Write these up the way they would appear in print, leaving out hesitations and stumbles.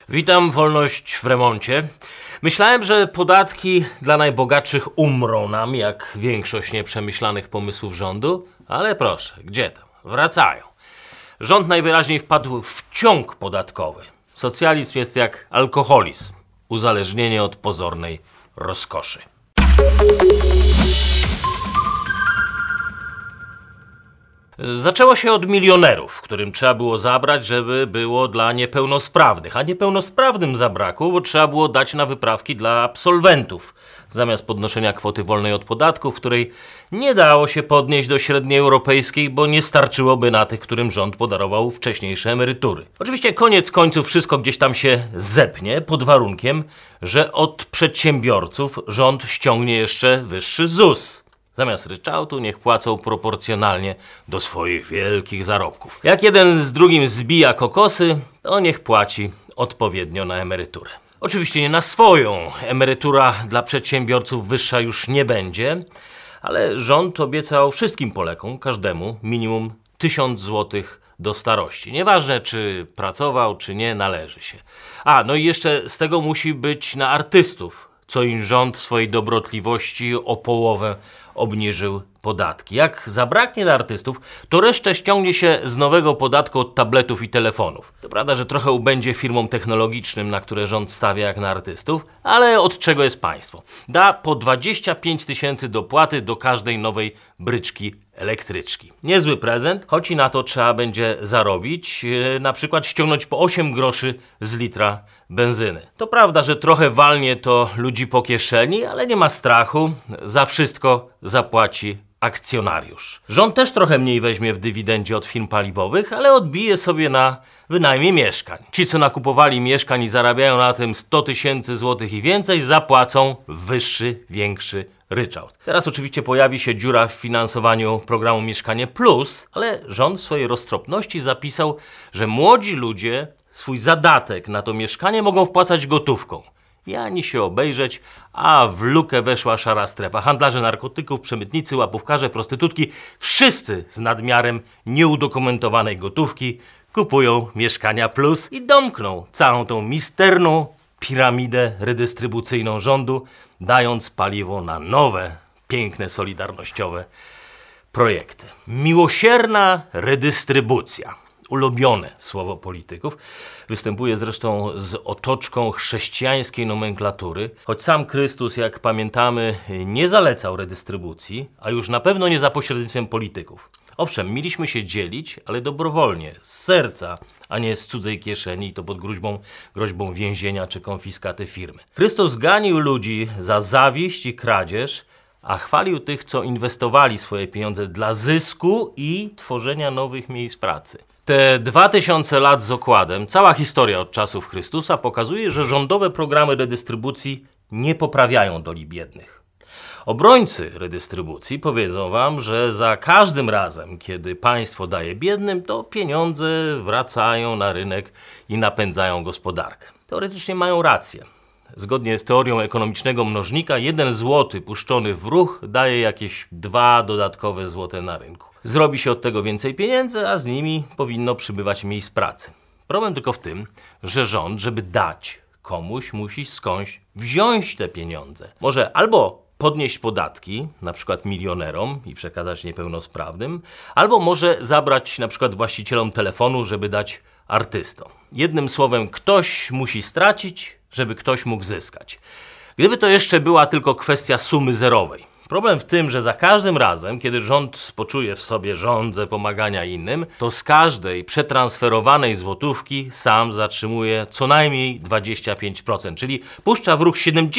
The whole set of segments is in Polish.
Witam, wolność w remoncie. Myślałem, że podatki dla najbogatszych umrą nam, jak większość nieprzemyślanych pomysłów rządu, ale proszę, gdzie tam? Wracają. Rząd najwyraźniej wpadł w ciąg podatkowy. Socjalizm jest jak alkoholizm, uzależnienie od pozornej rozkoszy. Zaczęło się od milionerów, którym trzeba było zabrać, żeby było dla niepełnosprawnych, a niepełnosprawnym zabrakło, bo trzeba było dać na wyprawki dla absolwentów, zamiast podnoszenia kwoty wolnej od podatków, której nie dało się podnieść do średniej europejskiej, bo nie starczyłoby na tych, którym rząd podarował wcześniejsze emerytury. Oczywiście koniec końców wszystko gdzieś tam się zepnie, pod warunkiem, że od przedsiębiorców rząd ściągnie jeszcze wyższy ZUS. Zamiast ryczałtu niech płacą proporcjonalnie do swoich wielkich zarobków. Jak jeden z drugim zbija kokosy, to niech płaci odpowiednio na emeryturę. Oczywiście nie na swoją. Emerytura dla przedsiębiorców wyższa już nie będzie, ale rząd obiecał wszystkim Polakom, każdemu, minimum 1000 zł do starości. Nieważne, czy pracował, czy nie, należy się. No i jeszcze z tego musi być na artystów, co im rząd w swojej dobrotliwości o połowę obniżył podatki. Jak zabraknie dla artystów, to resztę ściągnie się z nowego podatku od tabletów i telefonów. To prawda, że trochę ubędzie firmom technologicznym, na które rząd stawia jak na artystów, ale od czego jest państwo? Da po 25 000 dopłaty do każdej nowej bryczki elektryczki. Niezły prezent, choć i na to trzeba będzie zarobić, na przykład ściągnąć po 8 groszy z litra benzyny. To prawda, że trochę walnie to ludzi po kieszeni, ale nie ma strachu, za wszystko zapłaci akcjonariusz. Rząd też trochę mniej weźmie w dywidendzie od firm paliwowych, ale odbije sobie na wynajmie mieszkań. Ci, co nakupowali mieszkań i zarabiają na tym 100 000 złotych i więcej, zapłacą wyższy, większy ryczałt. Teraz oczywiście pojawi się dziura w finansowaniu programu Mieszkanie Plus, ale rząd w swojej roztropności zapisał, że młodzi ludzie swój zadatek na to mieszkanie mogą wpłacać gotówką. I ani się obejrzeć, a w lukę weszła szara strefa. Handlarze narkotyków, przemytnicy, łapówkarze, prostytutki, wszyscy z nadmiarem nieudokumentowanej gotówki kupują Mieszkania Plus i domkną całą tą misterną piramidę redystrybucyjną rządu, dając paliwo na nowe, piękne, solidarnościowe projekty. Miłosierna redystrybucja. Ulubione słowo polityków, występuje zresztą z otoczką chrześcijańskiej nomenklatury, choć sam Chrystus, jak pamiętamy, nie zalecał redystrybucji, a już na pewno nie za pośrednictwem polityków. Owszem, mieliśmy się dzielić, ale dobrowolnie, z serca, a nie z cudzej kieszeni i to pod groźbą więzienia czy konfiskaty firmy. Chrystus ganił ludzi za zawiść i kradzież, a chwalił tych, co inwestowali swoje pieniądze dla zysku i tworzenia nowych miejsc pracy. Te 2000 lat z okładem, cała historia od czasów Chrystusa pokazuje, że rządowe programy redystrybucji nie poprawiają doli biednych. Obrońcy redystrybucji powiedzą wam, że za każdym razem, kiedy państwo daje biednym, to pieniądze wracają na rynek i napędzają gospodarkę. Teoretycznie mają rację. Zgodnie z teorią ekonomicznego mnożnika, 1 złoty puszczony w ruch daje jakieś 2 dodatkowe złote na rynku. Zrobi się od tego więcej pieniędzy, a z nimi powinno przybywać miejsc pracy. Problem tylko w tym, że rząd, żeby dać komuś, musi skądś wziąć te pieniądze. Może albo podnieść podatki, na przykład milionerom i przekazać niepełnosprawnym, albo może zabrać na przykład właścicielom telefonu, żeby dać artystom. Jednym słowem, ktoś musi stracić, żeby ktoś mógł zyskać. Gdyby to jeszcze była tylko kwestia sumy zerowej. Problem w tym, że za każdym razem, kiedy rząd poczuje w sobie żądzę pomagania innym, to z każdej przetransferowanej złotówki sam zatrzymuje co najmniej 25%, czyli puszcza w ruch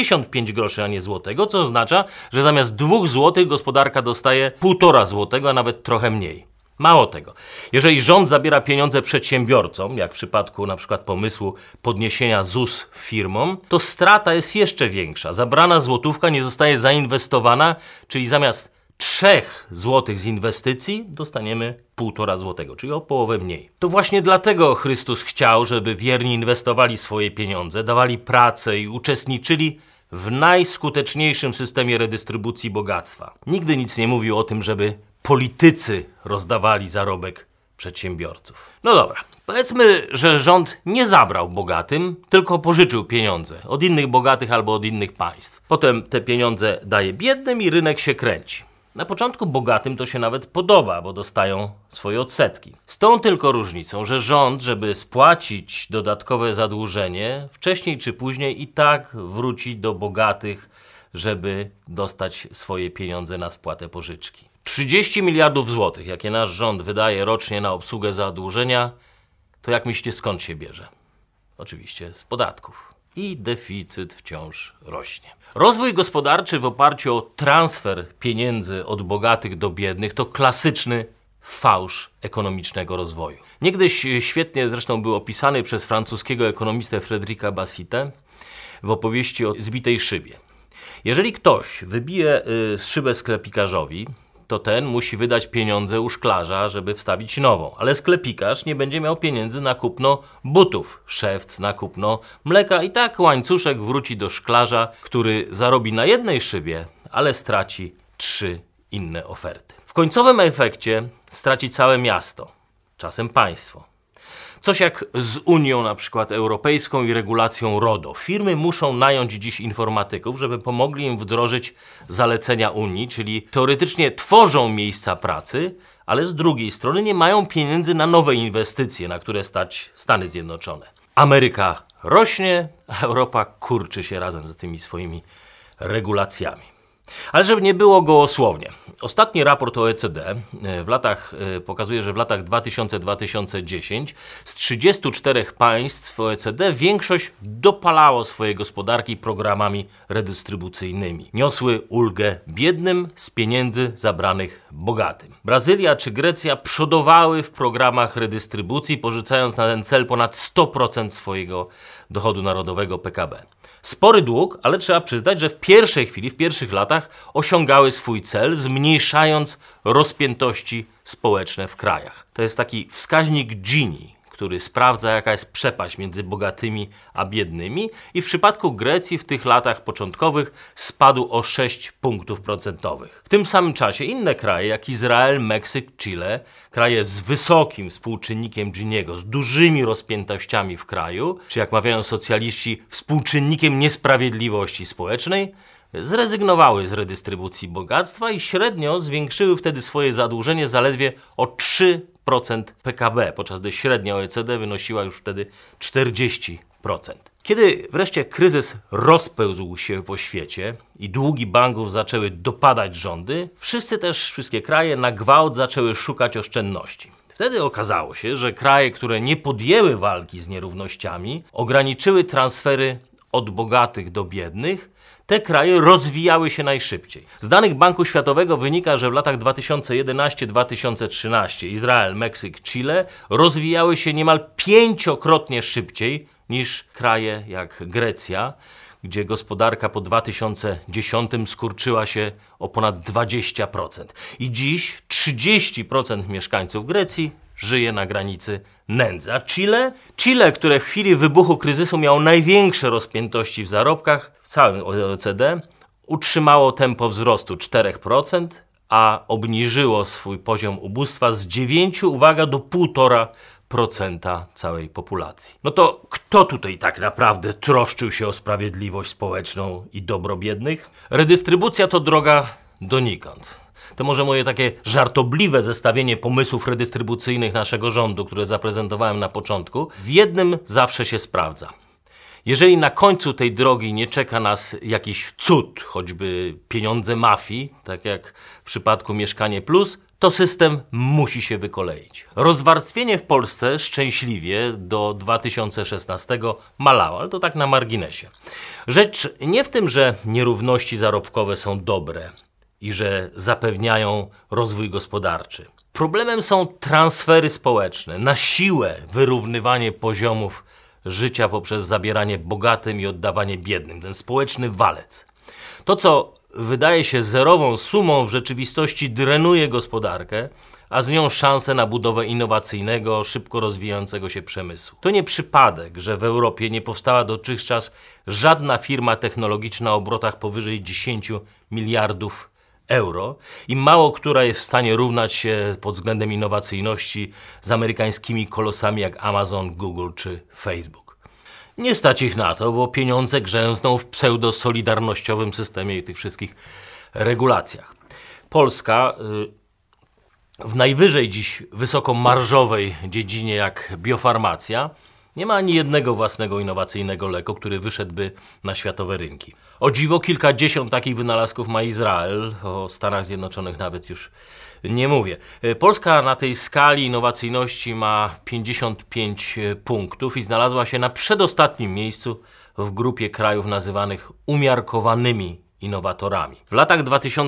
75 groszy, a nie złotego, co oznacza, że zamiast 2 złotych gospodarka dostaje 1,5 złotego, a nawet trochę mniej. Mało tego, jeżeli rząd zabiera pieniądze przedsiębiorcom, jak w przypadku na przykład pomysłu podniesienia ZUS firmom, to strata jest jeszcze większa. Zabrana złotówka nie zostaje zainwestowana, czyli zamiast 3 złotych z inwestycji dostaniemy 1,5 złotego, czyli o połowę mniej. To właśnie dlatego Chrystus chciał, żeby wierni inwestowali swoje pieniądze, dawali pracę i uczestniczyli w najskuteczniejszym systemie redystrybucji bogactwa. Nigdy nic nie mówił o tym, żeby politycy rozdawali zarobek przedsiębiorców. No dobra, Powiedzmy, że rząd nie zabrał bogatym, tylko pożyczył pieniądze od innych bogatych albo od innych państw. Potem te pieniądze daje biednym i rynek się kręci. Na początku bogatym to się nawet podoba, bo dostają swoje odsetki. Z tą tylko różnicą, że rząd, żeby spłacić dodatkowe zadłużenie, wcześniej czy później i tak wróci do bogatych, żeby dostać swoje pieniądze na spłatę pożyczki. 30 miliardów złotych, jakie nasz rząd wydaje rocznie na obsługę zadłużenia, to jak myślicie, skąd się bierze? Oczywiście z podatków. I deficyt wciąż rośnie. Rozwój gospodarczy w oparciu o transfer pieniędzy od bogatych do biednych to klasyczny fałsz ekonomicznego rozwoju. Niegdyś świetnie zresztą był opisany przez francuskiego ekonomistę Frédérica Bassitę w opowieści o zbitej szybie. Jeżeli ktoś wybije szybę sklepikarzowi, to ten musi wydać pieniądze u szklarza, żeby wstawić nową. Ale sklepikarz nie będzie miał pieniędzy na kupno butów, szewc na kupno mleka i tak łańcuszek wróci do szklarza, który zarobi na jednej szybie, ale straci 3 inne oferty. W końcowym efekcie straci całe miasto, czasem państwo. Coś jak z Unią na przykład Europejską i regulacją RODO. Firmy muszą nająć dziś informatyków, żeby pomogli im wdrożyć zalecenia Unii, czyli teoretycznie tworzą miejsca pracy, ale z drugiej strony nie mają pieniędzy na nowe inwestycje, na które stać Stany Zjednoczone. Ameryka rośnie, a Europa kurczy się razem z tymi swoimi regulacjami. Ale żeby nie było gołosłownie. Ostatni raport OECD pokazuje, że w latach 2000-2010 z 34 państw OECD większość dopalało swoje gospodarki programami redystrybucyjnymi. Niosły ulgę biednym z pieniędzy zabranych bogatym. Brazylia czy Grecja przodowały w programach redystrybucji, pożyczając na ten cel ponad 100% swojego dochodu narodowego PKB. Spory dług, ale trzeba przyznać, że w pierwszej chwili, w pierwszych latach osiągały swój cel, zmniejszając rozpiętości społeczne w krajach. To jest taki wskaźnik Gini, który sprawdza, jaka jest przepaść między bogatymi a biednymi i w przypadku Grecji w tych latach początkowych spadł o 6 punktów procentowych. W tym samym czasie inne kraje, jak Izrael, Meksyk, Chile, kraje z wysokim współczynnikiem Giniego, z dużymi rozpiętościami w kraju, czy jak mawiają socjaliści, współczynnikiem niesprawiedliwości społecznej, zrezygnowały z redystrybucji bogactwa i średnio zwiększyły wtedy swoje zadłużenie zaledwie o 3% PKB, podczas gdy średnia OECD wynosiła już wtedy 40%. Kiedy wreszcie kryzys rozpełzł się po świecie i długi banków zaczęły dopadać rządy, wszystkie kraje na gwałt zaczęły szukać oszczędności. Wtedy okazało się, że kraje, które nie podjęły walki z nierównościami, ograniczyły transfery od bogatych do biednych, te kraje rozwijały się najszybciej. Z danych Banku Światowego wynika, że w latach 2011-2013 Izrael, Meksyk, Chile rozwijały się niemal 5-krotnie szybciej niż kraje jak Grecja, gdzie gospodarka po 2010 skurczyła się o ponad 20%. I dziś 30% mieszkańców Grecji żyje na granicy nędzy. A Chile, które w chwili wybuchu kryzysu miało największe rozpiętości w zarobkach w całym OECD, utrzymało tempo wzrostu 4%, a obniżyło swój poziom ubóstwa z 9, uwaga, do 1,5% całej populacji. No to kto tutaj tak naprawdę troszczył się o sprawiedliwość społeczną i dobro biednych? Redystrybucja to droga donikąd. To może moje takie żartobliwe zestawienie pomysłów redystrybucyjnych naszego rządu, które zaprezentowałem na początku, w jednym zawsze się sprawdza. Jeżeli na końcu tej drogi nie czeka nas jakiś cud, choćby pieniądze mafii, tak jak w przypadku Mieszkanie Plus, to system musi się wykoleić. Rozwarstwienie w Polsce szczęśliwie do 2016 malało, ale to tak na marginesie. Rzecz nie w tym, że nierówności zarobkowe są dobre i że zapewniają rozwój gospodarczy. Problemem są transfery społeczne, na siłę wyrównywanie poziomów życia poprzez zabieranie bogatym i oddawanie biednym, ten społeczny walec. To, co wydaje się zerową sumą, w rzeczywistości drenuje gospodarkę, a z nią szansę na budowę innowacyjnego, szybko rozwijającego się przemysłu. To nie przypadek, że w Europie nie powstała dotychczas żadna firma technologiczna o obrotach powyżej 10 miliardów euro i mało która jest w stanie równać się pod względem innowacyjności z amerykańskimi kolosami jak Amazon, Google czy Facebook. Nie stać ich na to, bo pieniądze grzęzną w pseudo-solidarnościowym systemie i tych wszystkich regulacjach. Polska w najwyżej dziś wysokomarżowej dziedzinie jak biofarmacja nie ma ani jednego własnego innowacyjnego leku, który wyszedłby na światowe rynki. O dziwo kilkadziesiąt takich wynalazków ma Izrael, o Stanach Zjednoczonych nawet już nie mówię. Polska na tej skali innowacyjności ma 55 punktów i znalazła się na przedostatnim miejscu w grupie krajów nazywanych umiarkowanymi innowatorami. W latach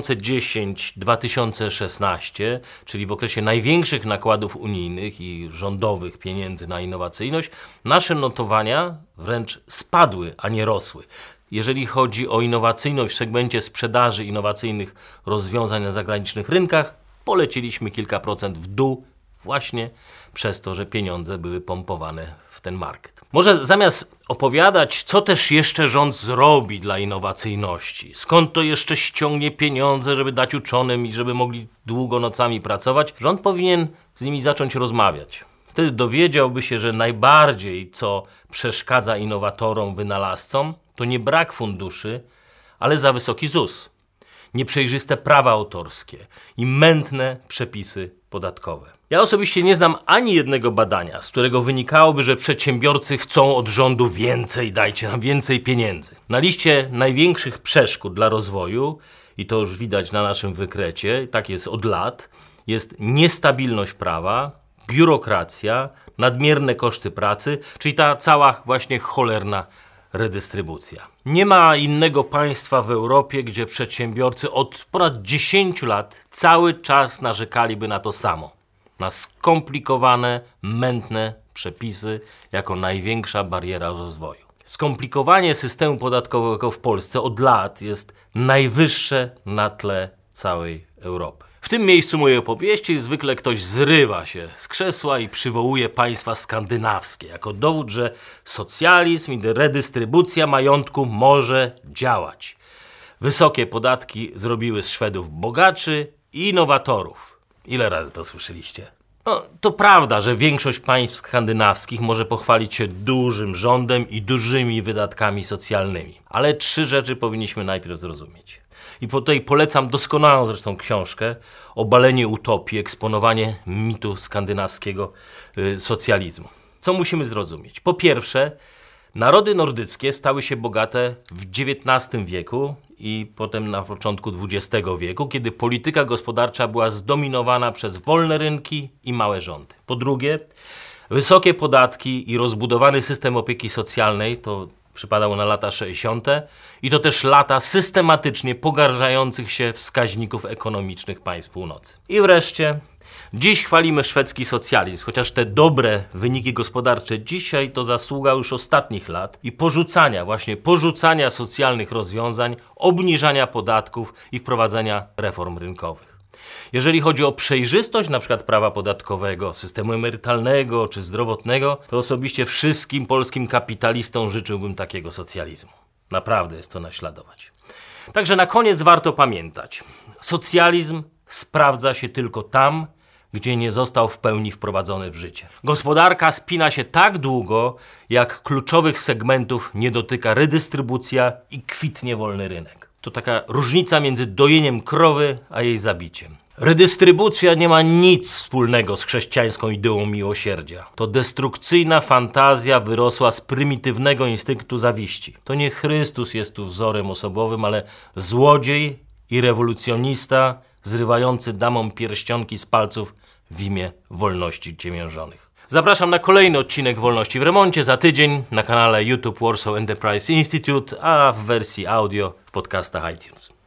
2010-2016, czyli w okresie największych nakładów unijnych i rządowych pieniędzy na innowacyjność, nasze notowania wręcz spadły, a nie rosły. Jeżeli chodzi o innowacyjność w segmencie sprzedaży innowacyjnych rozwiązań na zagranicznych rynkach, poleciliśmy kilka procent w dół właśnie przez to, że pieniądze były pompowane w ten market. Może zamiast opowiadać, co też jeszcze rząd zrobi dla innowacyjności, skąd to jeszcze ściągnie pieniądze, żeby dać uczonym i żeby mogli długo nocami pracować, rząd powinien z nimi zacząć rozmawiać. Wtedy dowiedziałby się, że najbardziej, co przeszkadza innowatorom, wynalazcom, to nie brak funduszy, ale za wysoki ZUS, nieprzejrzyste prawa autorskie i mętne przepisy podatkowe. Ja osobiście nie znam ani jednego badania, z którego wynikałoby, że przedsiębiorcy chcą od rządu więcej, dajcie nam więcej pieniędzy. Na liście największych przeszkód dla rozwoju, i to już widać na naszym wykrecie, tak jest od lat, jest niestabilność prawa, biurokracja, nadmierne koszty pracy, czyli ta cała właśnie cholerna redystrybucja. Nie ma innego państwa w Europie, gdzie przedsiębiorcy od ponad 10 lat cały czas narzekaliby na to samo. Na skomplikowane, mętne przepisy jako największa bariera rozwoju. Skomplikowanie systemu podatkowego w Polsce od lat jest najwyższe na tle całej Europy. W tym miejscu mojej opowieści zwykle ktoś zrywa się z krzesła i przywołuje państwa skandynawskie jako dowód, że socjalizm i redystrybucja majątku może działać. Wysokie podatki zrobiły z Szwedów bogaczy i innowatorów. Ile razy to słyszeliście? No, to prawda, że większość państw skandynawskich może pochwalić się dużym rządem i dużymi wydatkami socjalnymi. Ale 3 rzeczy powinniśmy najpierw zrozumieć. I tutaj polecam doskonałą zresztą książkę Obalenie utopii, eksponowanie mitu skandynawskiego socjalizmu. Co musimy zrozumieć? Po pierwsze, narody nordyckie stały się bogate w XIX wieku i potem na początku XX wieku, kiedy polityka gospodarcza była zdominowana przez wolne rynki i małe rządy. Po drugie, wysokie podatki i rozbudowany system opieki socjalnej to przypadało na lata 60. i to też lata systematycznie pogarszających się wskaźników ekonomicznych państw północy. I wreszcie, dziś chwalimy szwedzki socjalizm, chociaż te dobre wyniki gospodarcze dzisiaj to zasługa już ostatnich lat i porzucania socjalnych rozwiązań, obniżania podatków i wprowadzenia reform rynkowych. Jeżeli chodzi o przejrzystość np. prawa podatkowego, systemu emerytalnego czy zdrowotnego, to osobiście wszystkim polskim kapitalistom życzyłbym takiego socjalizmu. Naprawdę jest to naśladować. Także na koniec warto pamiętać, socjalizm sprawdza się tylko tam, gdzie nie został w pełni wprowadzony w życie. Gospodarka spina się tak długo, jak kluczowych segmentów nie dotyka redystrybucja i kwitnie wolny rynek. To taka różnica między dojeniem krowy a jej zabiciem. Redystrybucja nie ma nic wspólnego z chrześcijańską ideą miłosierdzia. To destrukcyjna fantazja wyrosła z prymitywnego instynktu zawiści. To nie Chrystus jest tu wzorem osobowym, ale złodziej i rewolucjonista zrywający damom pierścionki z palców w imię wolności ciemiężonych. Zapraszam na kolejny odcinek Wolności w Remoncie za tydzień na kanale YouTube Warsaw Enterprise Institute, a w wersji audio w podcastach iTunes.